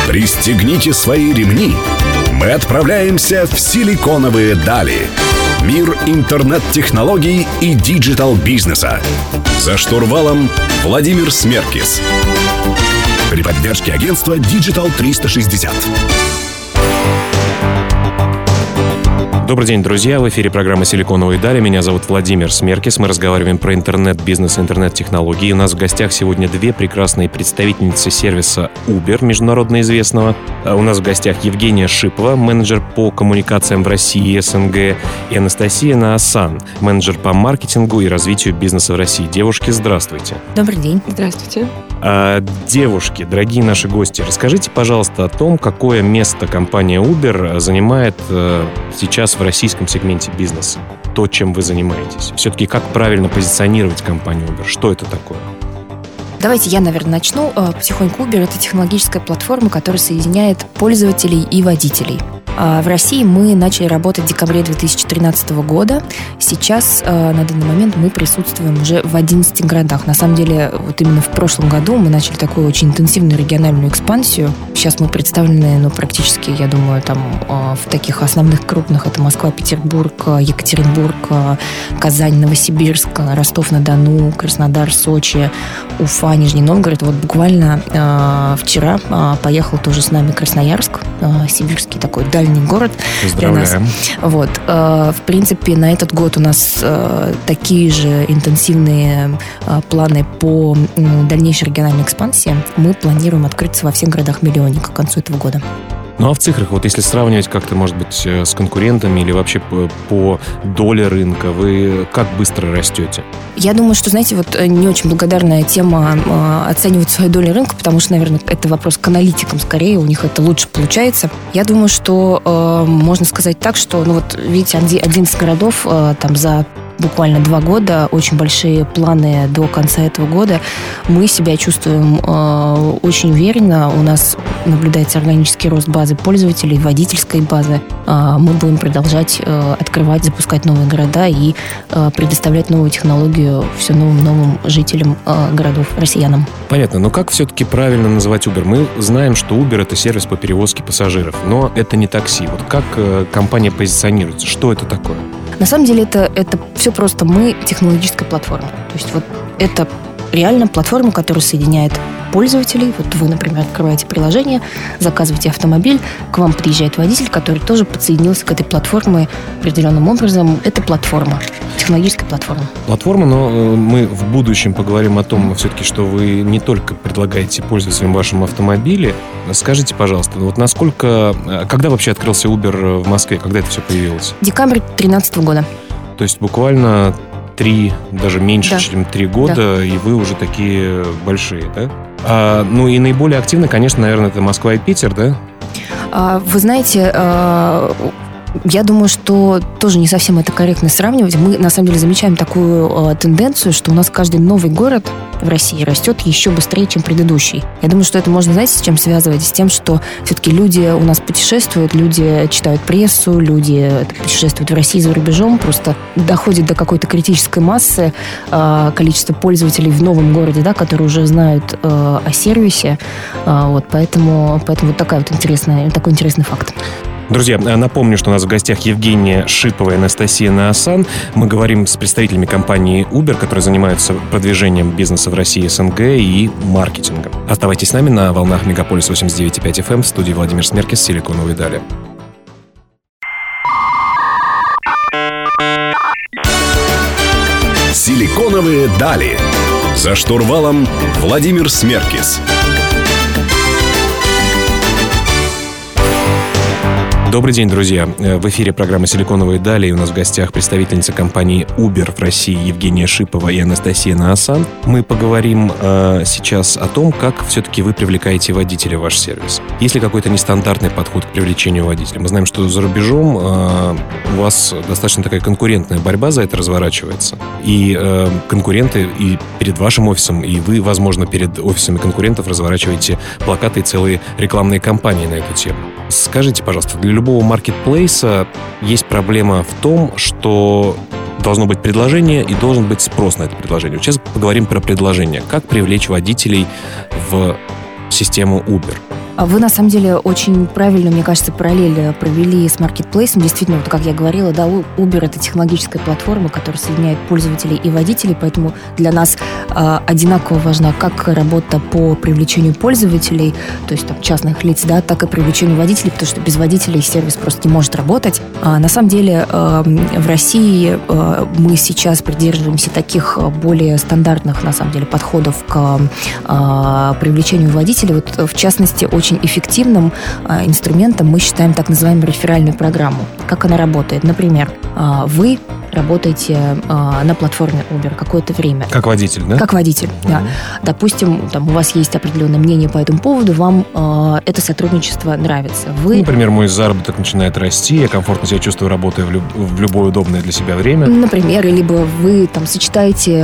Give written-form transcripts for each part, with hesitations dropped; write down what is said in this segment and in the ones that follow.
Пристегните свои ремни. Мы отправляемся в силиконовые дали. Мир интернет-технологий и диджитал-бизнеса. За штурвалом Владимир Смеркис. При поддержке агентства Digital 360. Добрый день, друзья. В эфире программа «Силиконовые дали». Меня зовут Владимир Смеркис. Мы разговариваем про интернет-бизнес и интернет-технологии. У нас в гостях сегодня две прекрасные представительницы сервиса Uber, международно известного. У нас в гостях Евгения Шипова, менеджер по коммуникациям в России и СНГ, и Анастасия Наасан, менеджер по маркетингу и развитию бизнеса в России. Девушки, здравствуйте. Добрый день. Здравствуйте. Девушки, дорогие наши гости, расскажите, пожалуйста, о том, какое место компания Uber занимает сейчас в российском сегменте бизнеса. То, чем вы занимаетесь. Все-таки как правильно позиционировать компанию Uber? Что это такое? Давайте я, наверное, начну. Потихоньку. Uber — это технологическая платформа, которая соединяет пользователей и водителей. В России мы начали работать в декабре 2013 года. Сейчас, на данный момент, мы присутствуем уже в 11 городах. На самом деле, вот именно в прошлом году мы начали такую очень интенсивную региональную экспансию. Сейчас мы представлены, практически, я думаю, там в таких основных крупных: это Москва, Петербург, Екатеринбург, Казань, Новосибирск, Ростов-на-Дону, Краснодар, Сочи, Уфа, Нижний Новгород. Вот буквально вчера поехал тоже с нами Красноярск, сибирский такой дальний город для нас. Вот. В принципе, на этот год у нас такие же интенсивные планы по дальнейшей региональной экспансии. Мы планируем открыться во всех городах-миллионниках к концу этого года. Ну а в цифрах, вот если сравнивать как-то, может быть, с конкурентами или вообще по доле рынка, вы как быстро растете? Я думаю, что, знаете, вот не очень благодарная тема оценивать свою долю рынка, потому что, наверное, это вопрос к аналитикам скорее, у них это лучше получается. Я думаю, что можно сказать так, что, видите, 11 городов там за буквально 2 года, очень большие планы до конца этого года. Мы себя чувствуем очень уверенно. У нас наблюдается органический рост базы пользователей, водительской базы. Мы будем продолжать открывать, запускать новые города и предоставлять новую технологию все новым жителям городов, россиянам. Понятно. Но как все-таки правильно называть Uber? Мы знаем, что Uber — это сервис по перевозке пассажиров, но это не такси. Вот как компания позиционируется? Что это такое? На самом деле это все просто. Мы технологическая платформа. То есть вот это реально платформа, которая соединяет пользователей. Вот вы, например, открываете приложение, заказываете автомобиль, к вам приезжает водитель, который тоже подсоединился к этой платформе определенным образом. Это платформа, технологическая платформа. Платформа, но мы в будущем поговорим о том, все-таки, что вы не только предлагаете пользователям вашем автомобиле. Скажите, пожалуйста, вот когда вообще открылся Uber в Москве, когда это все появилось? Декабрь 2013 года. То есть буквально 3, даже меньше, чем 3 года, и вы уже такие большие, да? И наиболее активно, конечно, наверное, это Москва и Питер, да? Вы знаете, я думаю, что тоже не совсем это корректно сравнивать. Мы, на самом деле, замечаем такую тенденцию, что у нас каждый новый город в России растет еще быстрее, чем предыдущий. Я думаю, что это можно, знаете, с чем связывать? С тем, что все-таки люди у нас путешествуют, люди читают прессу, люди путешествуют в России за рубежом, просто доходит до какой-то критической массы количество пользователей в новом городе, да, которые уже знают о сервисе. Поэтому вот такой интересный факт. Друзья, напомню, что у нас в гостях Евгения Шипова и Анастасия Наасан. Мы говорим с представителями компании Uber, которые занимаются продвижением бизнеса в России, СНГ и маркетингом. Оставайтесь с нами на волнах Мегаполис 89.5 FM. В студии Владимир Смеркис, «Силиконовые дали». «Силиконовые дали». За штурвалом Владимир Смеркис. Добрый день, друзья. В эфире программа «Силиконовые дали». И у нас в гостях представительница компании Uber в России Евгения Шипова и Анастасия Наасан. Мы поговорим сейчас о том, как все-таки вы привлекаете водителя в ваш сервис. Есть ли какой-то нестандартный подход к привлечению водителя? Мы знаем, что за рубежом у вас достаточно такая конкурентная борьба за это разворачивается. И конкуренты и перед вашим офисом, и вы, возможно, перед офисами конкурентов разворачиваете плакаты и целые рекламные кампании на эту тему. Скажите, пожалуйста, для любого маркетплейса есть проблема в том, что должно быть предложение и должен быть спрос на это предложение. Сейчас поговорим про предложение. Как привлечь водителей в систему Uber? Вы, на самом деле, очень правильно, мне кажется, параллель провели с маркетплейсом. Действительно, вот как я говорила, да, Uber — это технологическая платформа, которая соединяет пользователей и водителей, поэтому для нас одинаково важна как работа по привлечению пользователей, то есть там, частных лиц, да, так и привлечению водителей, потому что без водителей сервис просто не может работать. На самом деле в России мы сейчас придерживаемся таких более стандартных, на самом деле, подходов к привлечению водителей. Вот, в частности, очень эффективным инструментом мы считаем так называемую реферальную программу. Как она работает? Например, вы работаете на платформе Uber какое-то время. Как водитель, да? Как водитель, да. Допустим, там, у вас есть определенное мнение по этому поводу, вам это сотрудничество нравится. Например, мой заработок начинает расти, я комфортно себя чувствую, работая в любое удобное для себя время. Например, либо вы там сочетаете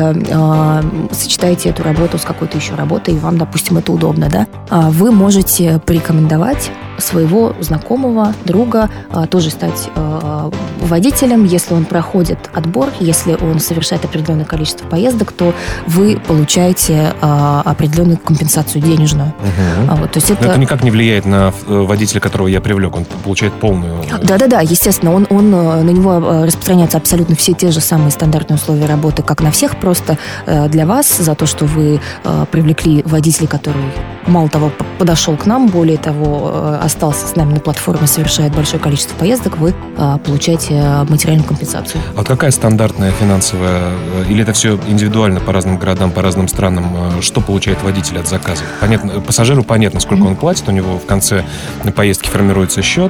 эту работу с какой-то еще работой, и вам, допустим, это удобно, да? Вы можете порекомендовать своего знакомого, друга тоже стать водителем. Если он проходит отбор, если он совершает определенное количество поездок, то вы получаете определенную компенсацию денежную. Вот, то есть это никак не влияет на водителя, которого я привлек. Он получает полную... Да, естественно. На него распространяются абсолютно все те же самые стандартные условия работы, как на всех. Просто для вас за то, что вы привлекли водителя, который, мало того, подошел к нам, более того, остался с нами на платформе, совершает большое количество поездок, вы получаете материальную компенсацию. А вот какая стандартная финансовая, или это все индивидуально по разным городам, по разным странам, что получает водитель от заказа? Понятно, пассажиру понятно, сколько он платит, у него в конце поездки формируется счет.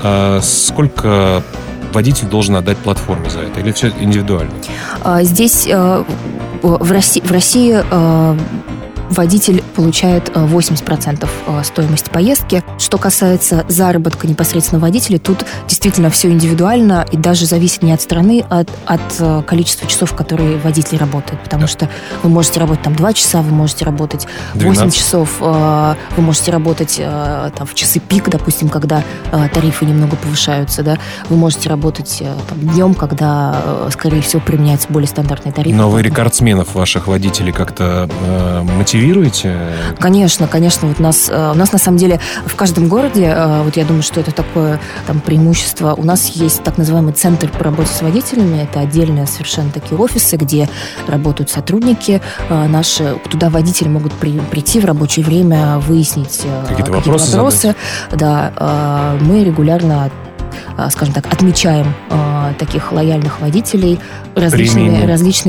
Сколько водитель должен отдать платформе за это? Или все индивидуально? Здесь в России водитель получает 80% стоимости поездки. Что касается заработка непосредственно водителя, тут действительно все индивидуально и даже зависит не от страны, а от количества часов, которые водитель работает. Потому что вы можете работать там 2 часа, вы можете работать 8 часов, вы можете работать там, в часы пик, допустим, когда тарифы немного повышаются, да? Вы можете работать там, днем, когда, скорее всего, применяется более стандартный тариф. Но вы рекордсменов ваших водителей как-то мотивируете? Конечно. Вот у нас на самом деле в каждом городе, вот я думаю, что это такое там преимущество. У нас есть так называемый центр по работе с водителями. Это отдельные совершенно такие офисы, где работают сотрудники наши. Туда водители могут прийти в рабочее время, выяснить какие-то вопросы. Да, мы регулярно, скажем так, отмечаем таких лояльных водителей различными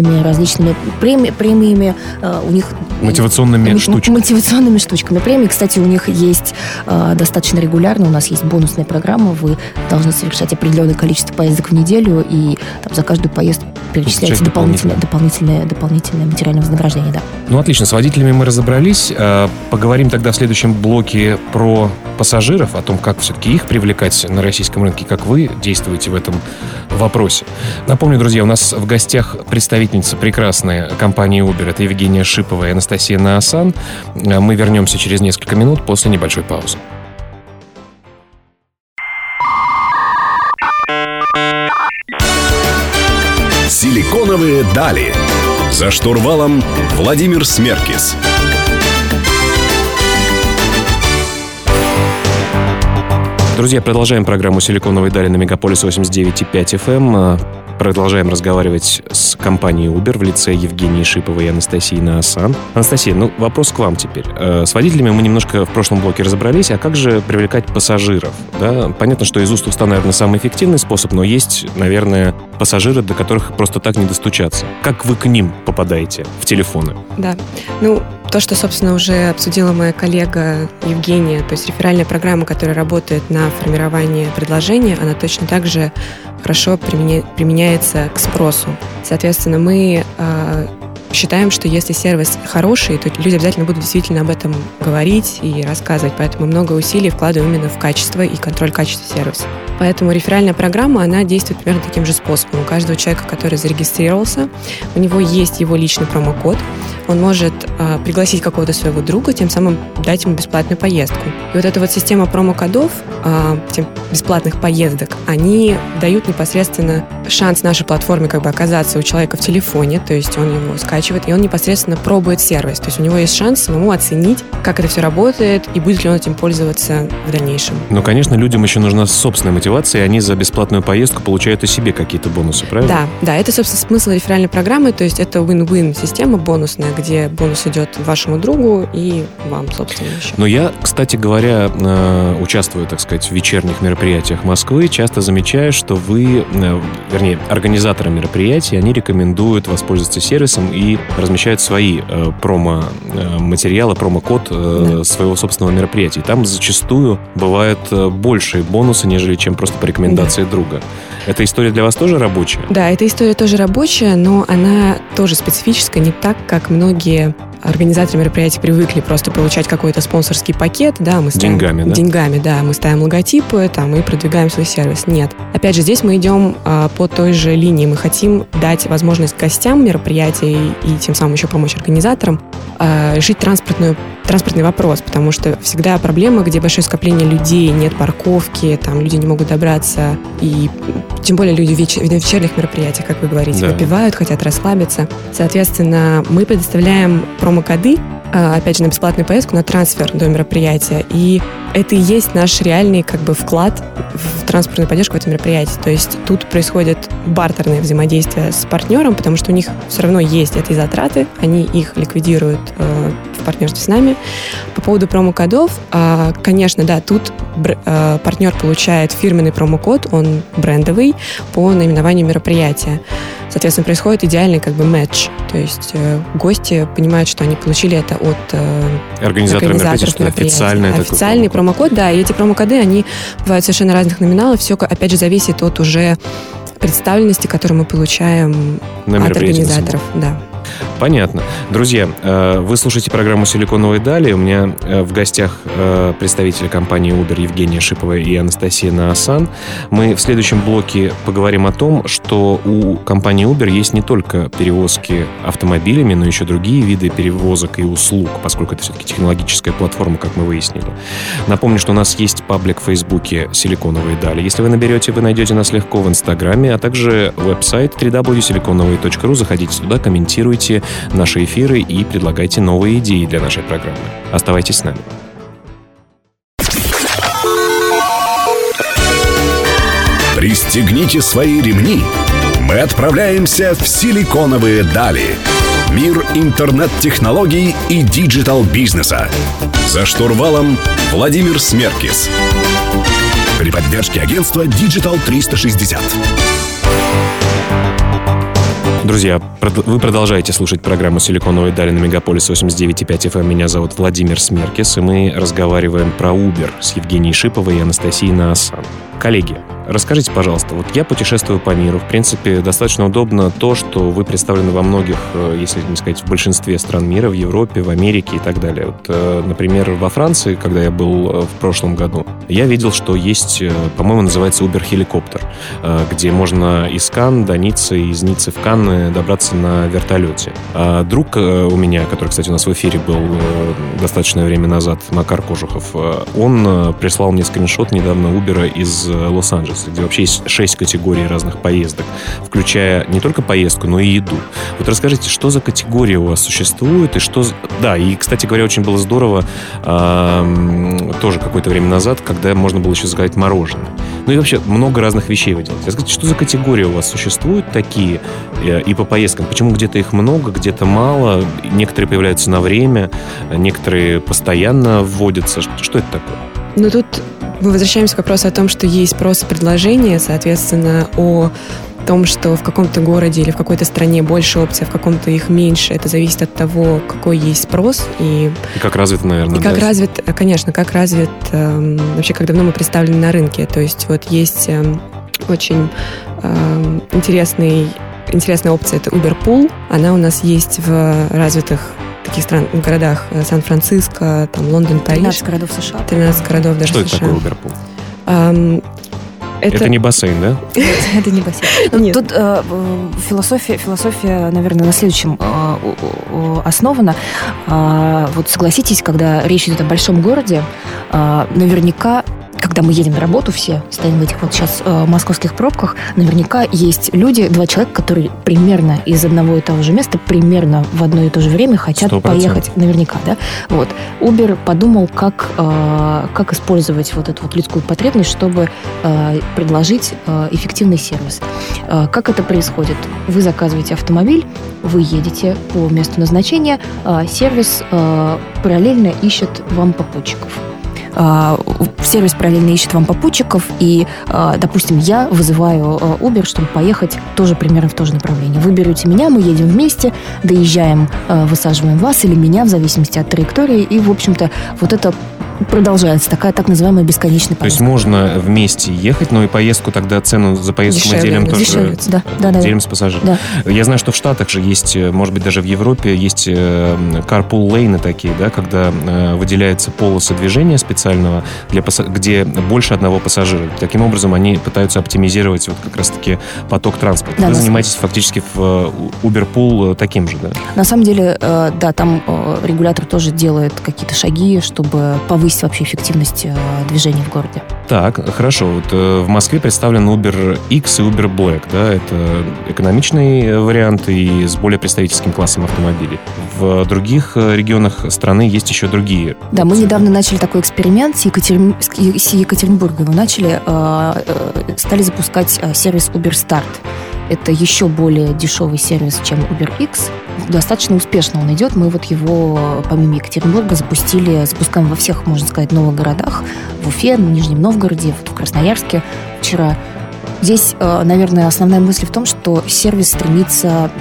премиями. У них мотивационными штучками. Премии, кстати, у них есть достаточно регулярно. У нас есть бонусная программа. Вы должны совершать определенное количество поездок в неделю, и там, за каждую поездку перечисляется дополнительное материальное вознаграждение. Да. Ну, отлично. С водителями мы разобрались. Поговорим тогда в следующем блоке про пассажиров, о том, как все-таки их привлекать на российском рынке, как вы действуете в этом вопросе. Напомню, друзья, у нас в гостях представительница прекрасной компании Uber. Это Евгения Шипова и Анастасия Наасан. Мы вернемся через несколько минут после небольшой паузы. Силиконовые дали. За штурвалом Владимир Смеркис. Друзья, продолжаем программу «Силиконовые дали» на Мегаполис 89,5 FM. Продолжаем разговаривать с компанией Uber в лице Евгении Шиповой и Анастасии Наасан. Анастасия, вопрос к вам теперь. С водителями мы немножко в прошлом блоке разобрались, а как же привлекать пассажиров? Да? Понятно, что из уст в уста, наверное, самый эффективный способ, но есть, наверное, пассажиры, до которых просто так не достучаться. Как вы к ним попадаете в телефоны? Да, то, что, собственно, уже обсудила моя коллега Евгения, то есть реферальная программа, которая работает на формирование предложения, она точно так же хорошо применяется к спросу. Соответственно, мы считаем, что если сервис хороший, то люди обязательно будут действительно об этом говорить и рассказывать. Поэтому много усилий вкладываем именно в качество и контроль качества сервиса. Поэтому реферальная программа, она действует примерно таким же способом. У каждого человека, который зарегистрировался, у него есть его личный промокод. Он может пригласить какого-то своего друга, тем самым дать ему бесплатную поездку. И вот эта вот система промокодов, бесплатных поездок, они дают непосредственно шанс нашей платформе как бы оказаться у человека в телефоне, то есть он его скачивает, и он непосредственно пробует сервис. То есть у него есть шанс самому оценить, как это все работает, и будет ли он этим пользоваться в дальнейшем. Но, конечно, людям еще нужна собственная мотивация, и они за бесплатную поездку получают и себе какие-то бонусы, правильно? Да, это, собственно, смысл реферальной программы, то есть это win-win система бонусная, где бонус идет вашему другу и вам, собственно, еще. Но я, кстати говоря, участвую, так сказать, в вечерних мероприятиях Москвы, часто замечаю, что вы, вернее, организаторы мероприятий, они рекомендуют воспользоваться сервисом и размещают свои промо-материалы, промокод своего собственного мероприятия. Там зачастую бывают большие бонусы, нежели чем просто по рекомендации друга. Эта история для вас тоже рабочая? Да, эта история тоже рабочая, но она тоже специфическая, не так, как многие организаторы мероприятий привыкли просто получать какой-то спонсорский пакет, да, мы ставим деньгами, да, мы ставим логотипы, там, и продвигаем свой сервис. Нет. Опять же, здесь мы идем по той же линии. Мы хотим дать возможность гостям мероприятия и тем самым еще помочь организаторам решить транспортный вопрос, потому что всегда проблема, где большое скопление людей, нет парковки, там люди не могут добраться, и тем более люди в вечерних мероприятиях, как вы говорите, выпивают, хотят расслабиться. Соответственно, мы предоставляем промокоды, опять же, на бесплатную поездку, на трансфер до мероприятия, и это и есть наш реальный как бы вклад в транспортную поддержку в этом мероприятии. То есть тут происходит бартерное взаимодействие с партнером, потому что у них все равно есть эти затраты, они их ликвидируют в партнерстве с нами. По поводу промокодов, конечно, да, тут партнер получает фирменный промокод, он брендовый, по наименованию мероприятия. Соответственно, происходит идеальный как бы матч. То есть гости понимают, что они получили это от организаторов мероприятия. Официальный промокод, да, и эти промокоды, они бывают совершенно разных номиналов. Все, опять же, зависит от уже представленности, которую мы получаем от организаторов. Да. Понятно. Друзья, вы слушаете программу «Силиконовые дали». У меня в гостях представители компании Uber Евгения Шипова и Анастасия Наасан. Мы в следующем блоке поговорим о том, что у компании Uber есть не только перевозки автомобилями, но еще другие виды перевозок и услуг, поскольку это все-таки технологическая платформа, как мы выяснили. Напомню, что у нас есть паблик в Фейсбуке «Силиконовые дали». Если вы наберете, вы найдете нас легко в Инстаграме, а также веб-сайт www.siliconovые.ru. Заходите туда, комментируйте наши эфиры и предлагайте новые идеи для нашей программы. Оставайтесь с нами. Пристегните свои ремни. Мы отправляемся в Силиконовые дали. Мир интернет-технологий и диджитал-бизнеса. За штурвалом Владимир Смеркис. При поддержке агентства Digital 360. Друзья, вы продолжаете слушать программу «Силиконовые дали» на Мегаполис 89.5 FM. Меня зовут Владимир Смеркис, и мы разговариваем про Uber с Евгенией Шиповой и Анастасией Наасан. Коллеги, расскажите, пожалуйста, вот я путешествую по миру. В принципе, достаточно удобно то, что вы представлены во многих, если не сказать, в большинстве стран мира, в Европе, в Америке и так далее. Вот, например, во Франции, когда я был в прошлом году, я видел, что есть, по-моему, называется Uber Helicopter, где можно из Канн до Ниццы, из Ниццы в Канны добраться на вертолете. А друг у меня, который, кстати, у нас в эфире был достаточное время назад, Макар Кожухов, он прислал мне скриншот недавно Uber из Лос-Анджелеса, где вообще есть 6 категорий разных поездок, включая не только поездку, но и еду. Вот расскажите, что за категории у вас существует, и что... Да, и, кстати говоря, очень было здорово тоже какое-то время назад, когда можно было еще заказать мороженое. Ну и вообще много разных вещей вы делаете. Расскажите, что за категории у вас существуют такие и по поездкам? Почему где-то их много, где-то мало? Некоторые появляются на время, некоторые постоянно вводятся. Что это такое? Ну тут мы возвращаемся к вопросу о том, что есть спрос и предложение, соответственно, о том, что в каком-то городе или в какой-то стране больше опций, а в каком-то их меньше. Это зависит от того, какой есть спрос. И как развит, наверное. И как развит, конечно, как развит вообще, как давно мы представлены на рынке. То есть вот есть очень интересная опция, это Uber Pool. Она у нас есть в развитых таких городах: Сан-Франциско, там, Лондон, Париж. 13 городов США. 13 городов даже США. Что это такое Uber Pool? Это не бассейн, да? Это не бассейн. Тут философия, наверное, на следующем основана. Вот согласитесь, когда речь идет о большом городе, наверняка когда мы едем на работу, все стоим в этих вот сейчас московских пробках, наверняка есть люди, 2 человека, которые примерно из одного и того же места, примерно в одно и то же время хотят 100%. поехать, наверняка, да? Вот. Uber подумал, как использовать вот эту вот людскую потребность, чтобы предложить эффективный сервис. Как это происходит? Вы заказываете автомобиль, вы едете по месту назначения, сервис параллельно ищет вам попутчиков. Сервис параллельно ищет вам попутчиков, и, допустим, я вызываю Uber, чтобы поехать тоже примерно в то же направление. Вы берете меня, мы едем вместе, доезжаем, высаживаем вас или меня, в зависимости от траектории, и, в общем-то, вот это продолжается, такая так называемая бесконечная поездка. То есть можно вместе ехать, но и поездку тогда, цену за поездку мы делим тоже. Дешевле, да. Делим с пассажиром. Да. Я знаю, что в Штатах же есть, может быть, даже в Европе есть carpool лейны такие, да, когда выделяются полосы движения специального, где больше одного пассажира. Таким образом, они пытаются оптимизировать вот как раз-таки поток транспорта. Да, вы занимаетесь фактически в Uber Pool таким же, да? На самом деле, да, там регулятор тоже делает какие-то шаги, чтобы повысить вообще эффективность движения в городе. Так, хорошо. Вот в Москве представлен Uber X и Uber Black, да, это экономичный вариант и с более представительским классом автомобилей. В других регионах страны есть еще другие. Да, мы недавно начали такой эксперимент с Екатеринбурга. Его стали запускать сервис Uber Start. Это еще более дешевый сервис, чем Uber X. Достаточно успешно он идет. Мы вот его, помимо Екатеринбурга, запускаем во всех, можно сказать, новых городах. В Уфе, в Нижнем Новгороде, в Красноярске вчера. Здесь, наверное, основная мысль в том, что сервис стремится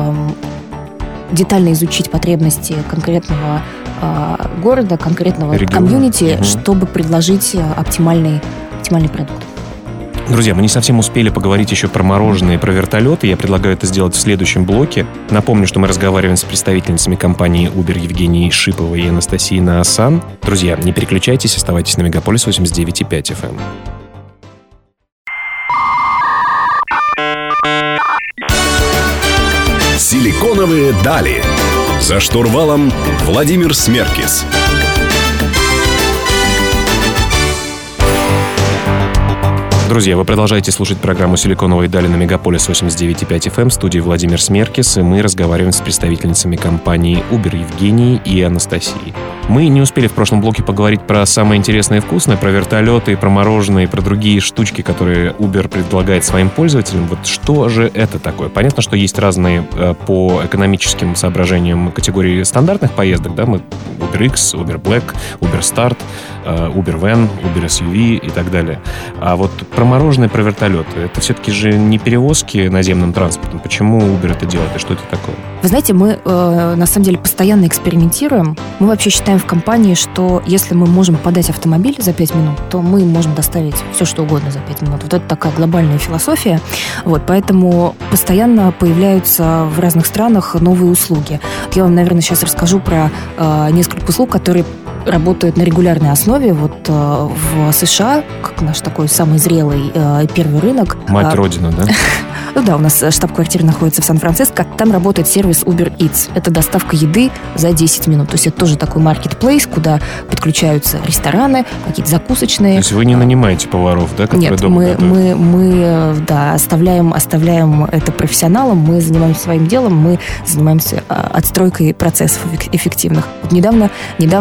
детально изучить потребности конкретного города, конкретного комьюнити, чтобы предложить оптимальный продукт. Друзья, мы не совсем успели поговорить еще про мороженое и про вертолеты. Я предлагаю это сделать в следующем блоке. Напомню, что мы разговариваем с представительницами компании Uber Евгенией Шиповой и Анастасией Наасан. Друзья, не переключайтесь, оставайтесь на Мегаполис 89,5 FM. Силиконовые дали. За штурвалом Владимир Смеркис. Друзья, вы продолжаете слушать программу «Силиконовые дали» на Мегаполис 89,5 FM. В студии Владимир Смеркис, и мы разговариваем с представительницами компании Uber Евгенией и Анастасией. Мы не успели в прошлом блоке поговорить про самое интересное и вкусное, про вертолеты, про мороженое и про другие штучки, которые Uber предлагает своим пользователям. Вот что же это такое? Понятно, что есть разные по экономическим соображениям категории стандартных поездок, да, мы Uber X, Uber Black, Uber Start, Uber Van, Uber SUV и так далее. А вот про мороженое, про вертолеты, это все-таки же не перевозки наземным транспортом. Почему Uber это делает и что это такое? Вы знаете, мы на самом деле постоянно экспериментируем. Мы вообще считаем в компании, что если мы можем подать автомобиль за 5 минут, то мы можем доставить все, что угодно за 5 минут. Вот это такая глобальная философия. Вот, поэтому постоянно появляются в разных странах новые услуги. Я вам, наверное, сейчас расскажу про несколько услуг, которые работают на регулярной основе. Вот в США, как наш такой самый зрелый первый рынок. Мать Родина, да? Ну да, у нас штаб-квартира находится в Сан-Франциско. Там работает сервис Uber Eats. Это доставка еды за 10 минут. То есть это тоже такой маркетплейс, куда подключаются рестораны, какие-то закусочные. То есть вы не нанимаете поваров, да, которые дома готовят? мы оставляем это профессионалам, мы занимаемся своим делом, мы занимаемся отстройкой процессов эффективных. Вот недавно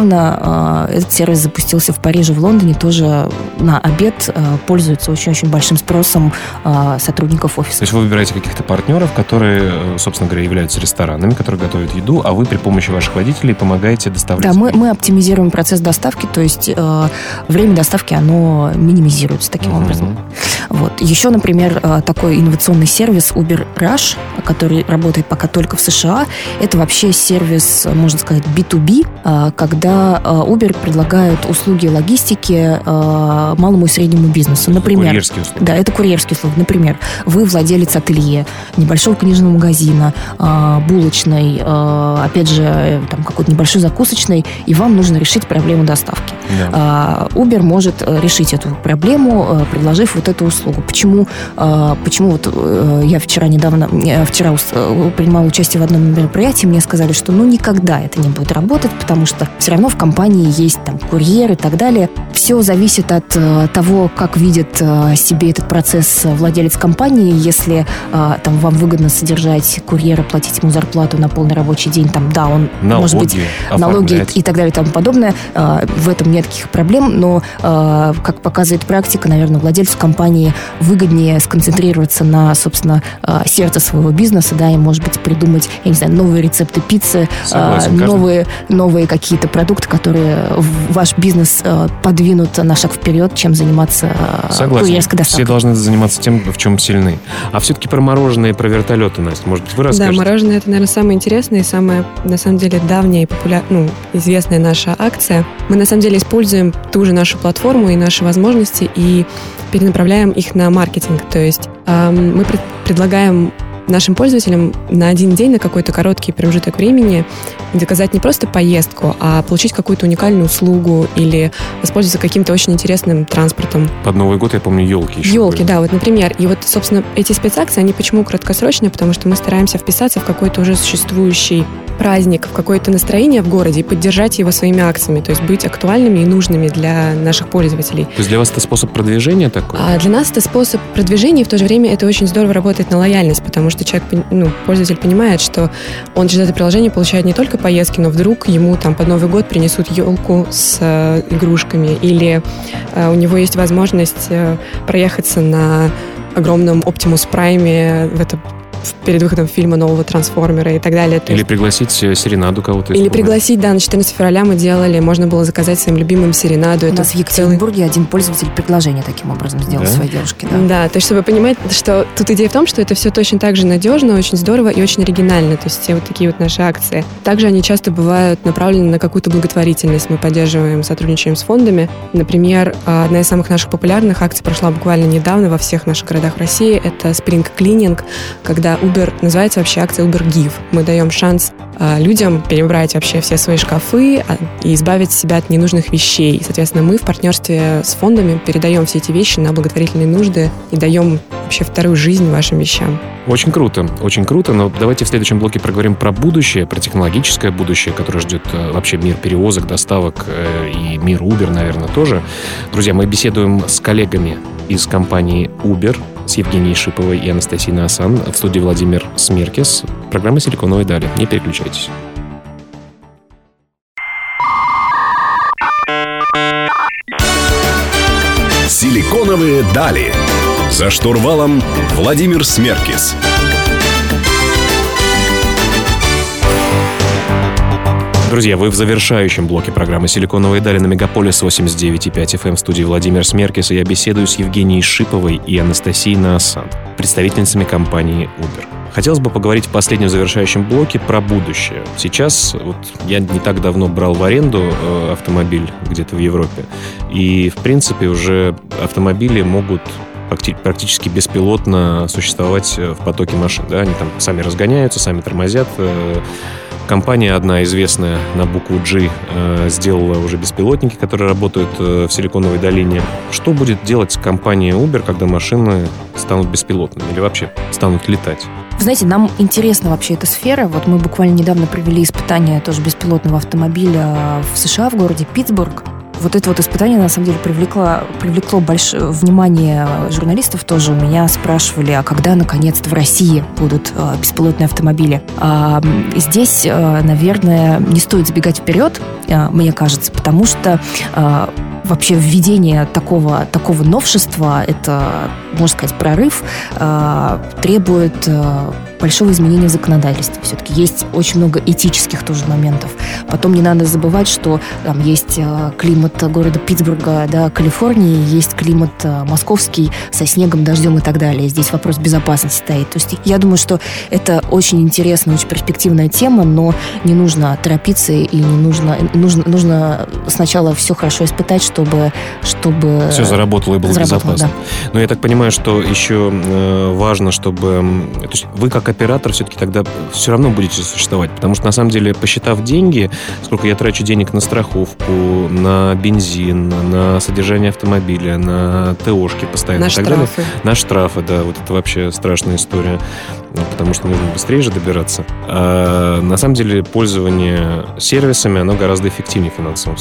этот сервис запустился в Париже, в Лондоне, тоже на обед пользуется очень-очень большим спросом сотрудников офиса. То есть вы выбираете каких-то партнеров, которые, собственно говоря, являются ресторанами, которые готовят еду, а вы при помощи ваших водителей помогаете доставлять? Да, мы оптимизируем процесс доставки, то есть время доставки, оно минимизируется таким образом. Вот. Еще, например, такой инновационный сервис Uber Rush, который работает пока только в США, это вообще сервис, можно сказать, B2B, когда Uber предлагает услуги логистики малому и среднему бизнесу. Например, курьерские услуги. Да, это курьерские услуги. Например, вы владелец ателье, небольшого книжного магазина, булочной, опять же, там какой-то небольшой закусочной, и вам нужно решить проблему доставки. Да. Uber может решить эту проблему, предложив вот эту услугу. Почему вот я вчера принимала участие в одном мероприятии, мне сказали, что никогда это не будет работать, потому что все равно в компании есть там курьер и так далее. Все зависит от того, как видит себе этот процесс владелец компании. Если там вам выгодно содержать курьера, платить ему зарплату на полный рабочий день, там, да, он, налоги, может быть, налоги и так далее и тому подобное, в этом нет никаких проблем, но, как показывает практика, наверное, владельцу компании выгоднее сконцентрироваться на, собственно, сердце своего бизнеса, да, и, может быть, придумать, я не знаю, новые рецепты пиццы, новые какие-то продукты, которые ваш бизнес подвинут на шаг вперед, чем заниматься курьерской доставкой. Все должны заниматься тем, в чем сильны. А все-таки про мороженое и про вертолеты, Настя, может быть, вы расскажете? Да, мороженое — это, наверное, самое интересное и самая, на самом деле, давняя и известная наша акция. Мы, на самом деле, используем ту же нашу платформу и наши возможности и перенаправляем их на маркетинг. То есть мы предлагаем нашим пользователям на один день, на какой-то короткий промежуток времени заказать не просто поездку, а получить какую-то уникальную услугу или воспользоваться каким-то очень интересным транспортом. Под Новый год, я помню, елки еще Елки, были. да, вот, например. И вот, собственно, эти спецакции, они почему краткосрочные? Потому что мы стараемся вписаться в какой-то уже существующий праздник, в какое-то настроение в городе и поддержать его своими акциями, то есть быть актуальными и нужными для наших пользователей. То есть для вас это способ продвижения такой? А для нас это способ продвижения, и в то же время это очень здорово работает на лояльность, потому что человек, пользователь понимает, что он через это приложение получает не только поездки, но вдруг ему там под Новый год принесут елку с игрушками, или у него есть возможность проехаться на огромном Optimus Prime перед выходом фильма нового «Трансформера» и так далее. Или пригласить серенаду кого-то. Или пригласить, да, на 14 февраля мы делали, можно было заказать своим любимым серенаду. У нас в Екатеринбурге один пользователь предложение таким образом сделал своей девушке. Да, то есть, чтобы понимать, что тут идея в том, что это все точно так же надежно, очень здорово и очень оригинально. То есть все вот такие вот наши акции. Также они часто бывают направлены на какую-то благотворительность. Мы поддерживаем, сотрудничаем с фондами. Например, одна из самых наших популярных акций прошла буквально недавно во всех наших городах в России. Это Spring Cleaning, когда Uber, называется вообще акция Uber Give. Мы даем шанс людям перебрать вообще все свои шкафы и избавить себя от ненужных вещей. И, соответственно, мы в партнерстве с фондами передаем все эти вещи на благотворительные нужды и даем вообще вторую жизнь вашим вещам. Очень круто, но давайте в следующем блоке проговорим про будущее, про технологическое будущее, которое ждет вообще мир перевозок, доставок и мир Uber, наверное, тоже. Друзья, мы беседуем с коллегами из компании Uber, с Евгенией Шиповой и Анастасией Наасан. В студии Владимир Смеркис. Программа «Силиконовые дали». Не переключайтесь. «Силиконовые дали». За штурвалом Владимир Смеркис. Друзья, вы в завершающем блоке программы «Силиконовые дали» на Мегаполис 89,5 FM в студии Владимир Смеркис, и я беседую с Евгенией Шиповой и Анастасией Наасан, представительницами компании Uber. Хотелось бы поговорить в последнем завершающем блоке про будущее. Сейчас, вот я не так давно брал в аренду автомобиль где-то в Европе, и, в принципе, уже автомобили могут практически беспилотно существовать в потоке машин. Да? Они там сами разгоняются, сами тормозят. Компания одна известная на букву G сделала уже беспилотники, которые работают в Силиконовой долине. Что будет делать компания Uber, когда машины станут беспилотными или вообще станут летать? Вы знаете, нам интересна вообще эта сфера. Вот мы буквально недавно провели испытание тоже беспилотного автомобиля в США, в городе Питтсбург. Вот это вот испытание, на самом деле, привлекло большое внимание журналистов тоже. У меня спрашивали, а когда, наконец-то, в России будут беспилотные автомобили? Здесь, наверное, не стоит забегать вперед, мне кажется, потому что вообще введение такого новшества, это, можно сказать, прорыв, требует большого изменения в законодательстве. Все-таки есть очень много этических тоже моментов. Потом не надо забывать, что там есть климат города Питтсбурга, да, Калифорнии, есть климат московский со снегом, дождем и так далее. Здесь вопрос безопасности стоит. То есть я думаю, что это очень интересная, очень перспективная тема, но не нужно торопиться и нужно сначала все хорошо испытать, чтобы все заработало и было безопасно. Да. Но я так понимаю, что еще важно, чтобы... То есть вы как как оператор все-таки тогда все равно будете существовать? Потому что, на самом деле, посчитав деньги, сколько я трачу денег на страховку, на бензин, на содержание автомобиля, на ТОшки постоянно и так далее. На штрафы, да, вот это вообще страшная история, потому что нужно быстрее же добираться. А на самом деле пользование сервисами, оно гораздо эффективнее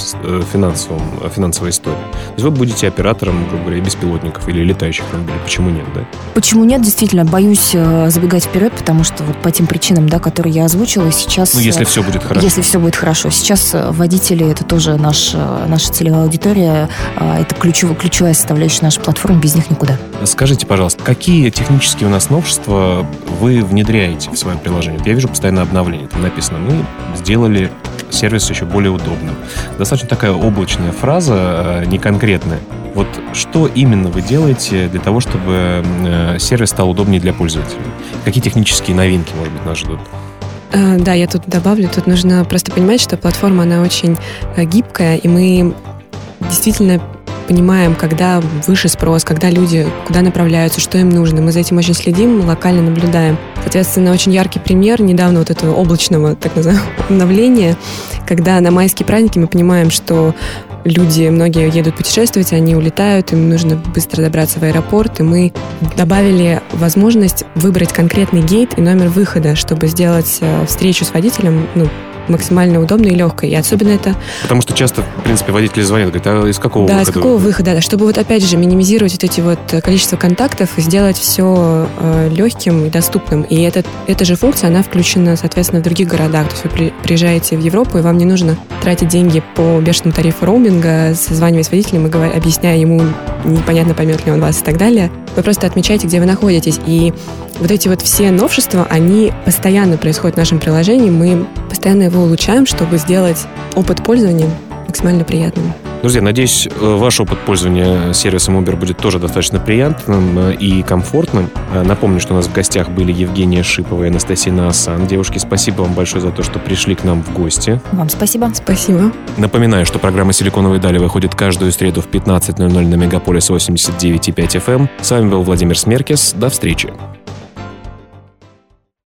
финансовой истории. То есть вы будете оператором, грубо говоря, беспилотников или летающих автомобилей. Почему нет, да? Почему нет? Действительно, боюсь забегать вперед, потому что вот по тем причинам, да, которые я озвучила, сейчас... если все будет хорошо. Если все будет хорошо. Сейчас водители — это тоже наша целевая аудитория, это ключевая составляющая нашей платформы, без них никуда. Скажите, пожалуйста, какие технические у нас новшества вы внедряете в свое приложение? Я вижу постоянно обновление. Там написано: мы сделали сервис еще более удобным. Достаточно такая облачная фраза, не конкретная. Вот что именно вы делаете для того, чтобы сервис стал удобнее для пользователей? Какие технические новинки, может быть, нас ждут? Да, я тут добавлю. Тут нужно просто понимать, что платформа, она очень гибкая, и мы действительно понимаем, когда выше спрос, когда люди куда направляются, что им нужно. Мы за этим очень следим, локально наблюдаем. Соответственно, очень яркий пример недавно вот этого облачного, так называемого, обновления, когда на майские праздники мы понимаем, что люди, многие едут путешествовать, они улетают, им нужно быстро добраться в аэропорт, и мы добавили возможность выбрать конкретный гейт и номер выхода, чтобы сделать встречу с водителем, максимально удобной и легкой. И особенно это... Потому что часто, в принципе, водители звонят, говорят: а из какого выхода? Да, из какого выхода, да. Чтобы вот опять же минимизировать вот эти вот количество контактов и сделать все легким и доступным. И эта же функция, она включена, соответственно, в других городах. То есть вы приезжаете в Европу, и вам не нужно тратить деньги по бешеному тарифу роуминга, созваниваясь с водителем и объясняя ему, непонятно, поймет ли он вас и так далее. Вы просто отмечаете, где вы находитесь. И вот эти вот все новшества, они постоянно происходят в нашем приложении. Мы постоянно его улучшаем, чтобы сделать опыт пользования максимально приятным. Друзья, надеюсь, ваш опыт пользования сервисом Uber будет тоже достаточно приятным и комфортным. Напомню, что у нас в гостях были Евгения Шипова и Анастасия Наасан. Девушки, спасибо вам большое за то, что пришли к нам в гости. Вам спасибо. Спасибо. Напоминаю, что программа «Силиконовые дали» выходит каждую среду в 15:00 на Мегаполис 89,5 FM. С вами был Владимир Смеркис. До встречи.